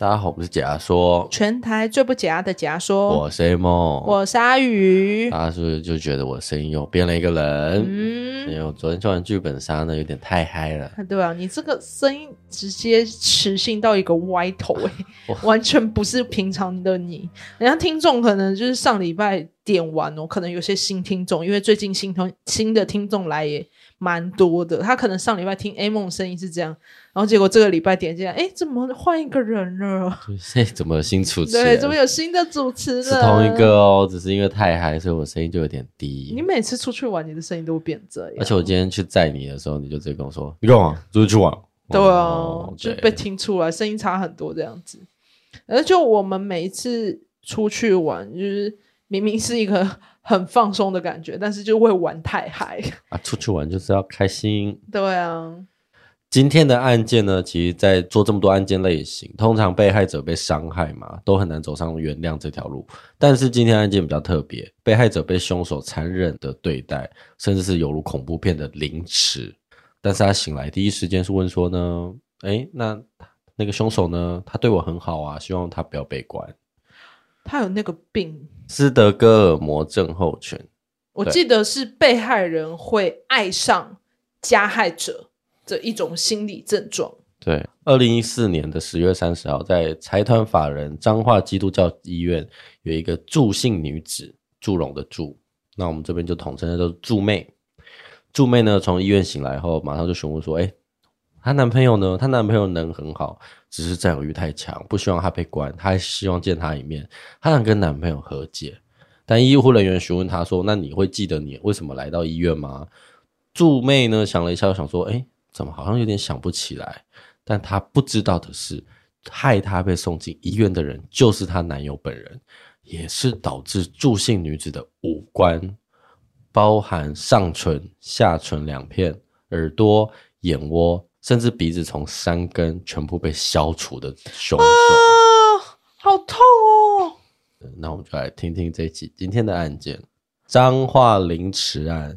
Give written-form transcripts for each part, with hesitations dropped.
大家好，我是假说， 全台最不假的假说， 我是 A 梦， 我是阿宇。 大家是不是就觉得我声音又变了一个人？因为我昨天做完剧本杀呢，有点太嗨了。 对啊，你这个声音直接磁性到一个歪头完全不是平常的你。人家听众可能就是上礼拜点完可能有些新听众，因为最近新的听众来也蛮多的，他可能上礼拜听 A 梦声音是这样，然后结果这个礼拜点进来，怎么换一个人了？ 怎么有新主持人？ 对，怎么有新的主持人？ 是同一个哦，只是因为太嗨，所以我声音就有点低。 你每次出去玩，你的声音都会变这样。 而且我今天去载你的时候，你就直接跟我说：“你干嘛？出去玩？” 对啊，就被听出来，声音差很多这样子。而且我们每一次出去玩，就是明明是一个很放松的感觉，但是就会玩太嗨啊！出去玩就是要开心。 对啊。 今天的案件呢，其实在做这么多案件类型，通常被害者被伤害嘛，都很难走上原谅这条路。但是今天案件比较特别，被害者被凶手残忍的对待，甚至是犹如恐怖片的凌迟。但是他醒来第一时间是问说呢，那个凶手呢，他对我很好啊，希望他不要被关。 他有那个病， 斯德哥尔摩症候群。 我记得是被害人会爱上加害者的一种心理症状。 对，2014年的10月30号，在财团法人彰化基督教医院有一个祝姓女子，祝融的祝，那我们这边就统称她叫祝妹。祝妹呢，从医院醒来后，马上就询问说：“她男朋友呢？她男朋友人很好，只是占有欲太强，不希望她被关，她还希望见她一面，她想跟男朋友和解。”但医护人员询问她说：“那你会记得你为什么来到医院吗？”祝妹呢想了一下，想说：“怎么好像有点想不起来？”但她不知道的是，害她被送进医院的人就是她男友本人，也是导致祝姓女子的五官，包含上唇、下唇2片、耳朵、眼窝，甚至鼻子从3根全部被消除的凶手。 好痛哦！ 那我们就来听听这一期今天的案件——彰化凌迟案。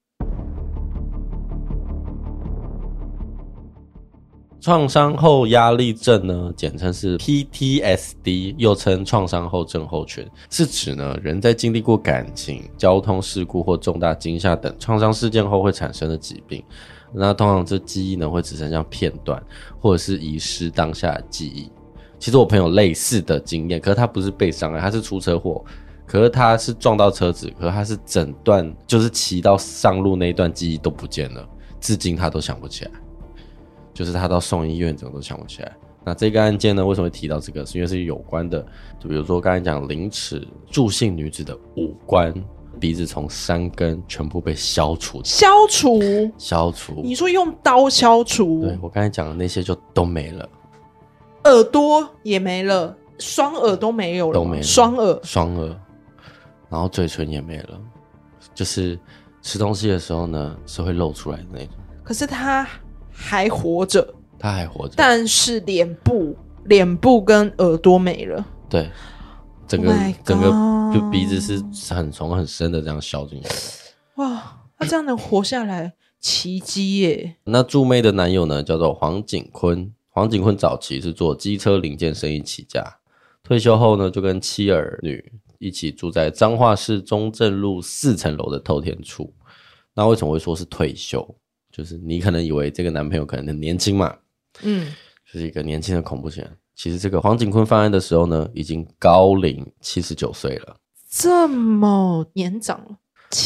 创伤后压力症呢，简称是 PTSD， 又称创伤后症候群，是指呢人在经历过感情、交通事故或重大惊吓等创伤事件后会产生的疾病。那通常这记忆呢会只剩下片段，或者是遗失当下的记忆。其实我朋友类似的经验，可是他不是被伤害，他是出车祸，可是他是撞到车子，可是他是整段就是骑到上路那一段记忆都不见了，至今他都想不起来。就是他到送医院怎么都想不起来。那这个案件呢，为什么会提到这个？是因为是有关的，就比如说刚才讲凌迟祝姓女子的五官，鼻子从3根全部被消除。消除？ 你说用刀消除？ 对，我刚才讲的那些就都没了， 耳朵也没了，双耳都没有了， 都没了，双耳，然后嘴唇也没了，就是吃东西的时候呢是会露出来的那种。 可是他还活着，但是脸部跟耳朵没了。 对，整个就鼻子是从很深的这样消进去。 哇，他这样能活下来，奇迹耶！ 那祝妹的男友呢，叫做黄景坤。黄景坤早期是做机车零件生意起家，退休后呢，就跟妻儿女一起住在彰化市中正路4层楼的透天处。那为什么会说是退休？就是你可能以为这个男朋友可能很年轻嘛，就是一个年轻的恐怖情人。其实这个黄景坤犯案的时候呢，已经高龄79岁了， 这么年长了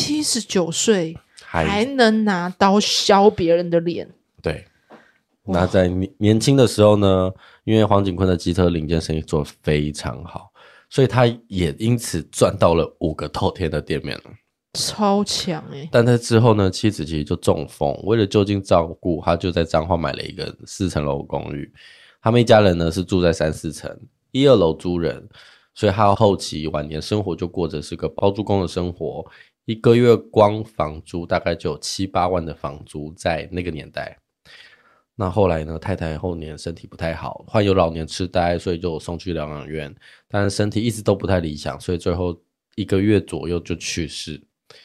，79岁还能拿刀削别人的脸。 对，那在年轻的时候呢，因为黄景坤的机车零件生意做得非常好，所以他也因此赚到了5个透天的店面了。 超强但在之后呢，妻子其实就中风，为了就近照顾，他就在彰化买了一个4层楼公寓。他们一家人呢是住在3、4层，1、2楼租人，所以他后期晚年生活就过着是个包租公的生活，一个月光房租大概就有7、8万的房租，在那个年代。那后来呢，太太后年身体不太好，患有老年痴呆，所以就送去疗养院，但是身体一直都不太理想，所以最后1个月左右就去世。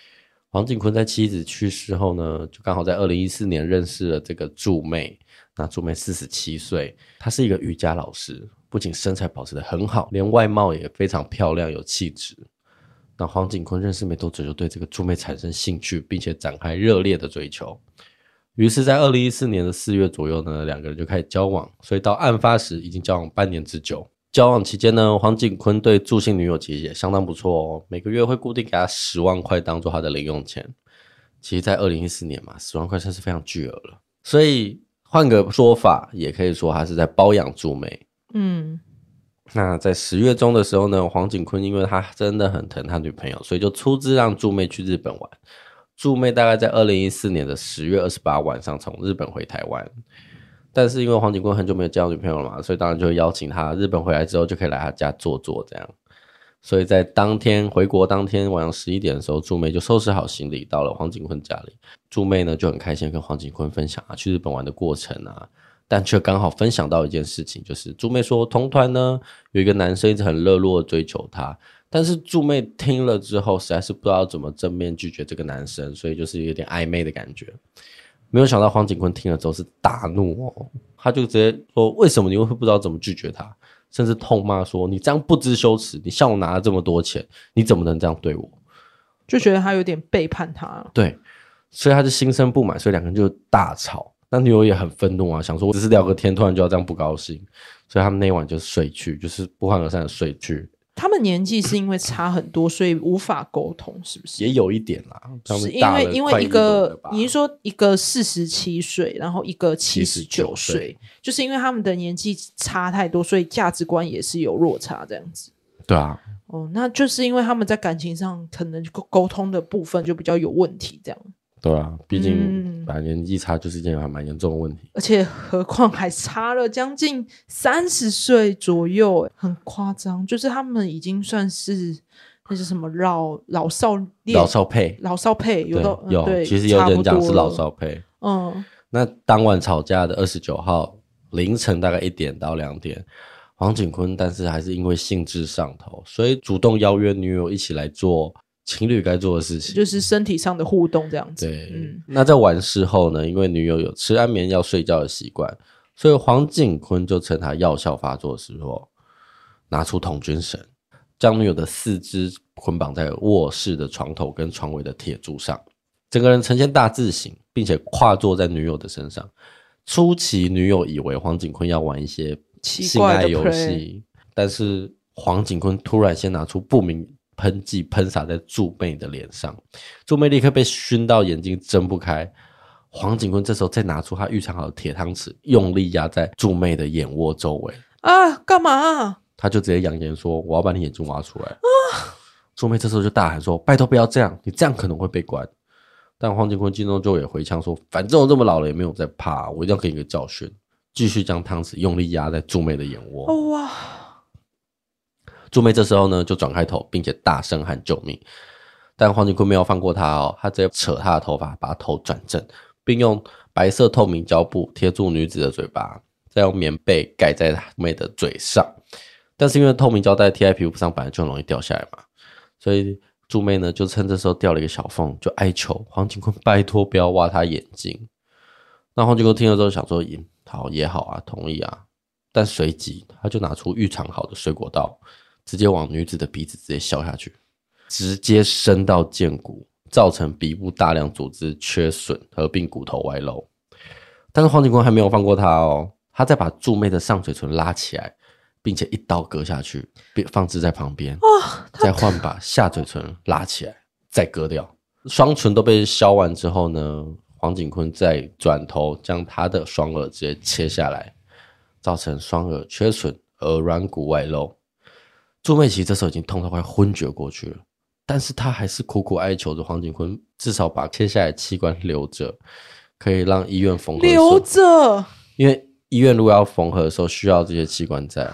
黄景坤在妻子去世后呢，就刚好在2014年认识了这个祝妹。那祝妹47岁，她是一个瑜伽老师，不仅身材保持得很好，连外貌也非常漂亮有气质。那黄景坤认识没多久就对这个祝妹产生兴趣，并且展开热烈的追求。于是在2014年的4月左右呢，两个人就开始交往，所以到案发时已经交往半年之久。交往期间呢，黄景坤对祝姓女友其实也相当不错哦，每个月会固定给她10万块当做她的零用钱。其实在2014年嘛，10万块算是非常巨额了，所以换个说法也可以说他是在包养祝妹。那在10月中的时候呢，黄景坤因为他真的很疼他女朋友，所以就出资让祝妹去日本玩。祝妹大概在2014年的10月28晚上从日本回台湾，但是因为黄景坤很久没有交女朋友了嘛，所以当然就邀请他日本回来之后就可以来他家坐坐这样。所以在回国当天晚上11点的时候，祝妹就收拾好行李到了黄景坤家里。祝妹呢就很开心跟黄景坤分享去日本玩的过程但却刚好分享到一件事情，就是祝妹说同团呢有一个男生一直很热络的追求她，但是祝妹听了之后实在是不知道怎么正面拒绝这个男生，所以就是有点暧昧的感觉。没有想到黄景坤听了之后是大怒他就直接说为什么你会不知道怎么拒绝他，甚至痛骂说你这样不知羞耻，你向我拿了这么多钱，你怎么能这样对我， 就觉得他有点背叛他。 对，所以他就心生不满，所以两个人就大吵。那女友也很愤怒想说我只是聊个天突然就要这样不高兴，所以他们那一晚就睡去，就是不欢而散的睡去。 他们年纪是因为差很多所以无法沟通，是不是？ 也有一点啦， 是因为一个你是说一个47岁然后一个79岁，就是因为他们的年纪差太多，所以价值观也是有落差这样子。 对啊。 那就是因为他们在感情上可能沟通的部分就比较有问题这样。 对啊，毕竟年纪差就是一件还蛮严重的问题， 而且何况还差了将近30岁左右，很夸张。就是他们已经算是那是什么老少配有其实有人讲是老少配。那当晚吵架的29号凌晨大概1点到2点，黄景坤但是还是因为兴致上头，所以主动邀约女友一起来做情侣该做的事情， 就是身体上的互动这样子。 对，那在完事后呢，因为女友有吃安眠药睡觉的习惯，所以黄景坤就趁她药效发作的时候拿出童军绳，将女友的4肢捆绑在卧室的床头跟床尾的铁柱上，整个人呈现大字形，并且跨坐在女友的身上。初期女友以为黄景坤要玩一些性爱游戏，但是黄景坤突然先拿出不明喷剂喷洒在祝妹的脸上，祝妹立刻被熏到眼睛睁不开。黄景坤这时候再拿出他预藏好的铁汤匙，用力压在祝妹的眼窝周围。 干嘛他就直接扬言说我要把你眼睛挖出来。祝妹这时候就大喊说拜托不要这样，你这样可能会被关。但黄景坤心中就也回呛说反正我这么老了也没有在怕，我一定要给你个教训，继续将汤匙用力压在祝妹的眼窝。 哇！ 祝妹这时候呢就转开头，并且大声喊救命，但黄景坤没有放过她他直接扯她的头发，把头转正，并用白色透明胶布贴住女子的嘴巴，再用棉被盖在她妹的嘴上。但是因为透明胶带贴在皮肤上本来就很容易掉下来嘛，所以祝妹呢就趁这时候掉了一个小缝，就哀求黄景坤拜托不要挖她眼睛。那黄景坤听了之后想说好也好同意但随即他就拿出预藏好的水果刀，直接往女子的鼻子直接削下去，直接伸到剑骨，造成鼻部大量组织缺损，合并骨头外露。但是黄景坤还没有放过他他再把祝妹的上嘴唇拉起来，并且一刀割下去，放置在旁边，再换把下嘴唇拉起来，再割掉。双唇都被削完之后呢，黄景坤再转头将他的双耳直接切下来，造成双耳缺损，耳软骨外露。祝妹其实这时候已经痛到快昏厥过去了，但是她还是苦苦哀求着黄景坤至少把切下来的器官留着，可以让医院缝合。 留着， 因为医院如果要缝合的时候需要这些器官在。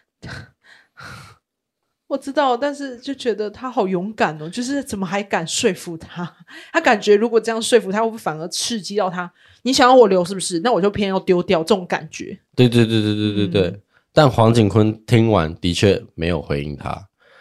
我知道，但是就觉得他好勇敢就是怎么还敢说服他？他感觉如果这样说服他，会不会反而刺激到他？你想要我留是不是？那我就偏要丢掉，这种感觉。对。 但黄景坤听完的确没有回应他，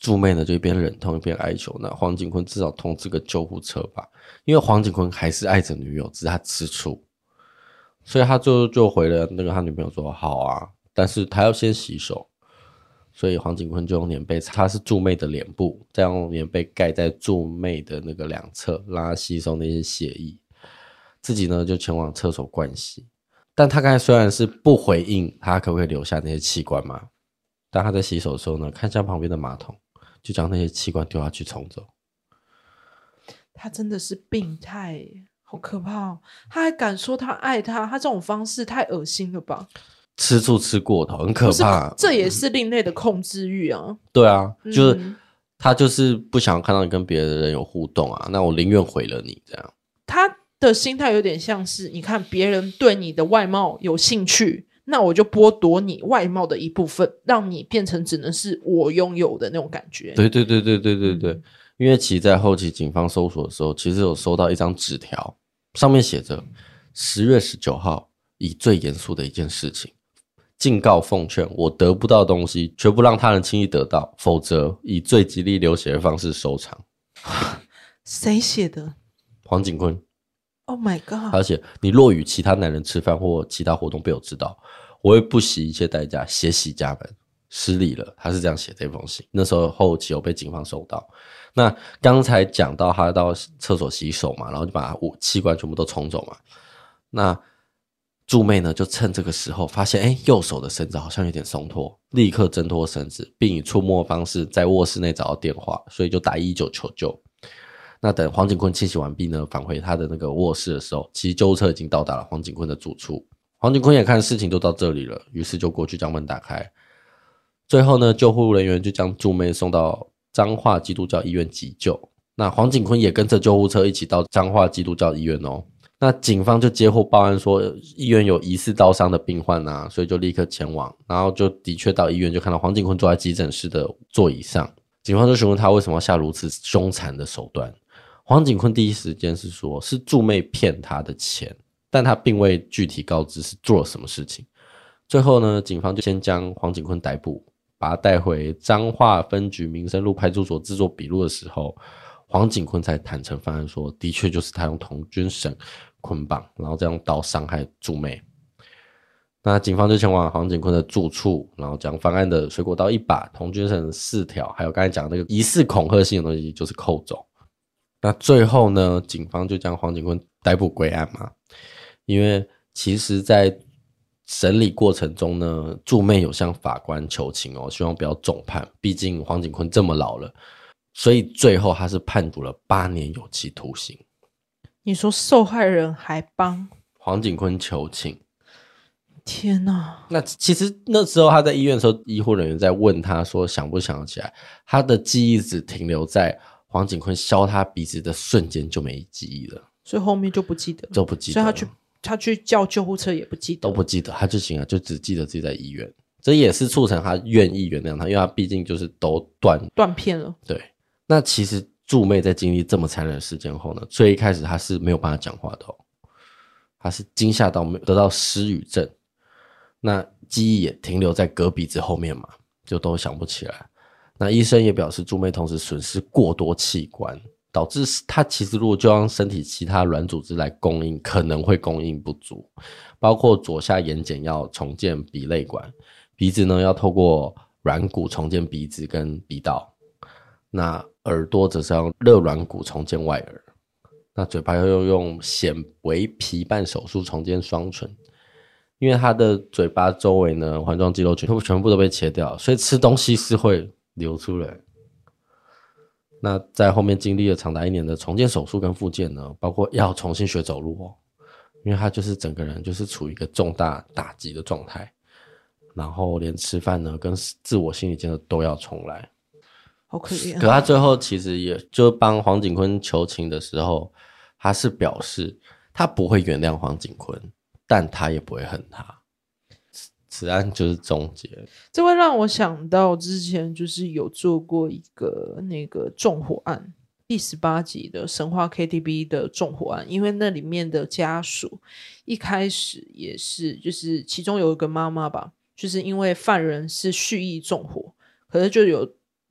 祝妹呢就一边忍痛一边哀求，那黄景坤至少通知个救护车吧，因为黄景坤还是爱着女友，只是他吃醋，所以他就回了那个他女朋友说好啊，但是他要先洗手，所以黄景坤就用棉被擦拭祝妹的脸部，再用棉被盖在祝妹的那个两侧，让她吸收那些血液，自己呢就前往厕所盥洗。但他刚才虽然是不回应他可不可以留下那些器官嘛，但他在洗手的时候呢，看向旁边的马桶，就将那些器官丢下去冲走。 他真的是病态耶，好可怕哦！他还敢说他爱他，他这种方式太恶心了吧？ 吃醋吃过头，很可怕。 这也是另类的控制欲啊。 对啊，就是他就是不想看到你跟别的人有互动啊，那我宁愿毁了你这样。 他的心态有点像是，你看别人对你的外貌有兴趣，那我就剥夺你外貌的一部分，让你变成只能是我拥有的那种感觉。 对，因为其实在后期警方搜索的时候，其实有收到一张纸条，上面写着10月19号以最严肃的一件事情敬告奉劝，我得不到的东西绝不让他人轻易得到，否则以最极力流血的方式收场。 谁写的？ 黄景坤。 Oh my god！ 而且你若与其他男人吃饭或其他活动被我知道，我会不惜一切代价血洗家门。失礼了，他是这样写这封信。那时候后期有被警方收到。那刚才讲到他到厕所洗手嘛，然后就把器官全部都冲走嘛。那祝妹呢就趁这个时候发现右手的绳子好像有点松脱，立刻挣脱绳子，并以触摸的方式在卧室内找到电话，所以就打119求救。那等黄景坤清洗完毕呢，返回他的那个卧室的时候，其实救护车已经到达了黄景坤的住处。黄景坤也看事情都到这里了，于是就过去将门打开。最后呢，救护人员就将祝妹送到彰化基督教医院急救。那黄景坤也跟着救护车一起到彰化基督教医院哦。那警方就接获报案说医院有疑似刀伤的病患啊，所以就立刻前往，然后就的确到医院就看到黄景坤坐在急诊室的座椅上。警方就询问他为什么要下如此凶残的手段。黄景坤第一时间是说是祝妹骗他的钱，但他并未具体告知是做了什么事情。最后呢，警方就先将黄景坤逮捕，把他带回彰化分局民生路派出所制作笔录的时候，黄景坤才坦诚犯案说，的确就是他用童军绳捆绑，然后再用刀伤害祝妹。那警方就前往黄景坤的住处，然后将犯案的水果刀1把、童军绳4条，还有刚才讲的那个疑似恐吓性的东西，就是扣走。那最后呢，警方就将黄景坤逮捕归案嘛，因为其实在审理过程中呢，祝妹有向法官求情哦，希望不要重判，毕竟黄景坤这么老了，所以最后他是判处了8年有期徒刑。 你说受害人还帮黄景坤求情， 天哪！ 那其实那时候他在医院的时候，医护人员在问他说想不想起来，他的记忆只停留在黄景坤削他鼻子的瞬间就没记忆了， 所以后面就不记得， 就不记得了， 所以他去叫救护车也不记得， 都不记得，他就行了，就只记得自己在医院。这也是促成他愿意原谅他，因为他毕竟就是都断片了。 对，那其实祝妹在经历这么残忍的事件后呢，最一开始他是没有办法讲话的哦，他是惊吓到得到失语症，那记忆也停留在隔鼻子后面嘛，就都想不起来。那医生也表示，祝妹同时损失过多器官，导致他其实如果就让身体其他软组织来供应，可能会供应不足，包括左下眼睑要重建鼻泪管，鼻子呢要透过软骨重建鼻子跟鼻道，那耳朵则是要用肋软骨重建外耳，那嘴巴要用显微皮瓣手术重建双唇，因为他的嘴巴周围呢环状肌肉群全部都被切掉，所以吃东西是会流出来。那在后面经历了长达1年的重建手术跟复健呢，包括要重新学走路哦，因为他就是整个人就是处于一个重大打击的状态，然后连吃饭呢跟自我心理建设都要重来， 好可怜。 可他最后其实也就帮黄景坤求情的时候，他是表示他不会原谅黄景坤，但他也不会恨他。此案就是终结。 这会让我想到之前就是有做过一个那个纵火案，第18集的神话 KTV 的纵火案，因为那里面的家属一开始也是就是其中有一个妈妈吧，就是因为犯人是蓄意纵火，可是就有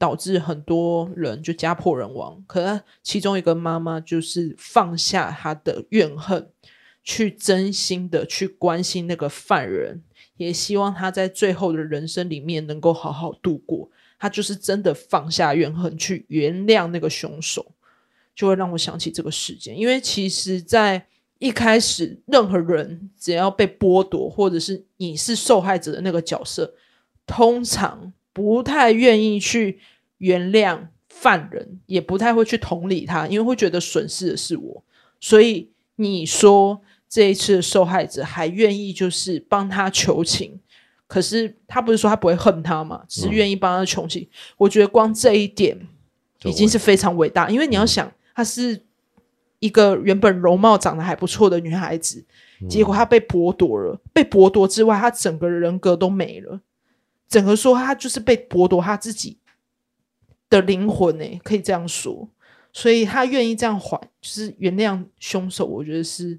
导致很多人就家破人亡。可是其中一个妈妈就是放下她的怨恨，去真心的去关心那个犯人，也希望他在最后的人生里面能够好好度过。他就是真的放下怨恨去原谅那个凶手，就会让我想起这个事件。因为其实在一开始任何人只要被剥夺，或者是你是受害者的那个角色，通常不太愿意去原谅犯人，也不太会去同理他，因为会觉得损失的是我。所以你说这一次的受害者还愿意就是帮他求情，可是他不是说他不会恨他嘛，只是愿意帮他求情。我觉得光这一点已经是非常伟大，因为你要想她是一个原本容貌长得还不错的女孩子，结果她被剥夺了，被剥夺之外她整个人格都没了，整个说她就是被剥夺她自己的灵魂欸，可以这样说。所以她愿意这样还，就是原谅凶手，我觉得是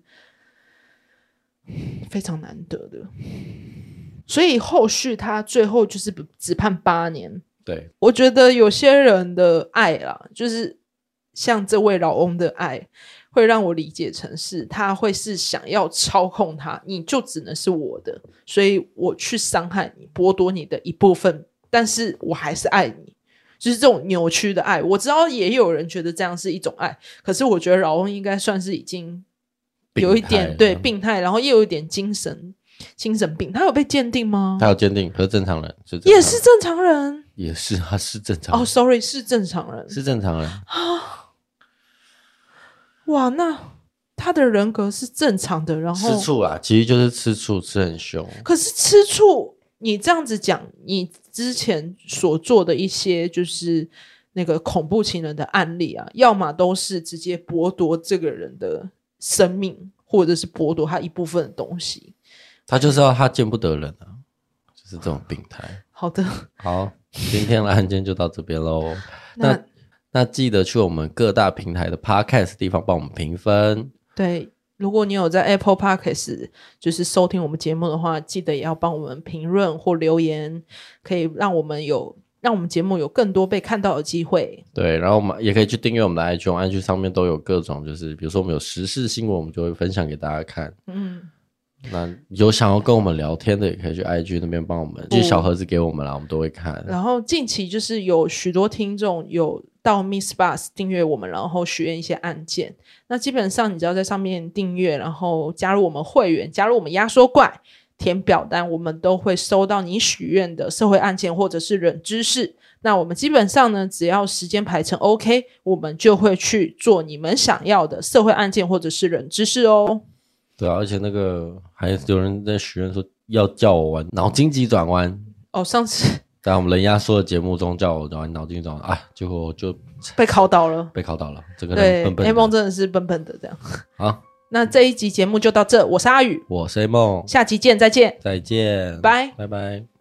非常难得的。所以后续他最后就是只判8年。 对， 我觉得有些人的爱啦，就是像这位老翁的爱，会让我理解成是他会是想要操控他，你就只能是我的，所以我去伤害你，剥夺你的一部分，但是我还是爱你，就是这种扭曲的爱。我知道也有人觉得这样是一种爱，可是我觉得老翁应该算是已经有一点对病态，然后也有一点精神病。他有被鉴定吗？ 他有鉴定，可是正常人是正常人， 也是正常人， 也是他是正常人。 哦 ，sorry， 是正常人， 是正常人啊。哇，那他的人格是正常的，然后吃醋啊，其实就是吃醋，吃很凶。 可是吃醋，你这样子讲，你之前所做的一些就是那个恐怖情人的案例啊，要么都是直接剥夺这个人的生命，或者是剥夺他一部分的东西。 他就是要他见不得人啊，就是这种病态。 好的， 好，今天的案件就到这边咯。那记得去我们各大平台的 Podcast 地方帮我们评分。 对，如果你有在 Apple Podcast 就是收听我们节目的话，记得也要帮我们评论或留言，可以让我们节目有更多被看到的机会。对， 然后我们也可以去订阅我们的 IG 上面都有各种，就是比如说我们有时事新闻，我们就会分享给大家看。那有想要跟我们聊天的，也可以去 IG 那边帮我们寄小盒子给我们啦，我们都会看。然后近期就是有许多听众有到 Miss Bus 订阅我们，然后许愿一些案件。那基本上你只要在上面订阅，然后加入我们会员，加入我们压缩怪，填表单，我们都会收到你许愿的社会案件或者是冷知识。那我们基本上呢，只要时间排成 OK， 我们就会去做你们想要的社会案件或者是冷知识哦。对啊，而且那个还有人在许愿说要叫我玩脑筋急转弯哦，上次在我们人压缩的节目中叫我玩脑筋急转弯啊，结果就被考倒了，这个人笨笨的，对 A 梦真的是笨笨的这样。好，那这一集节目就到这，我是阿宇，我是 A 梦，下集见，再见，拜拜。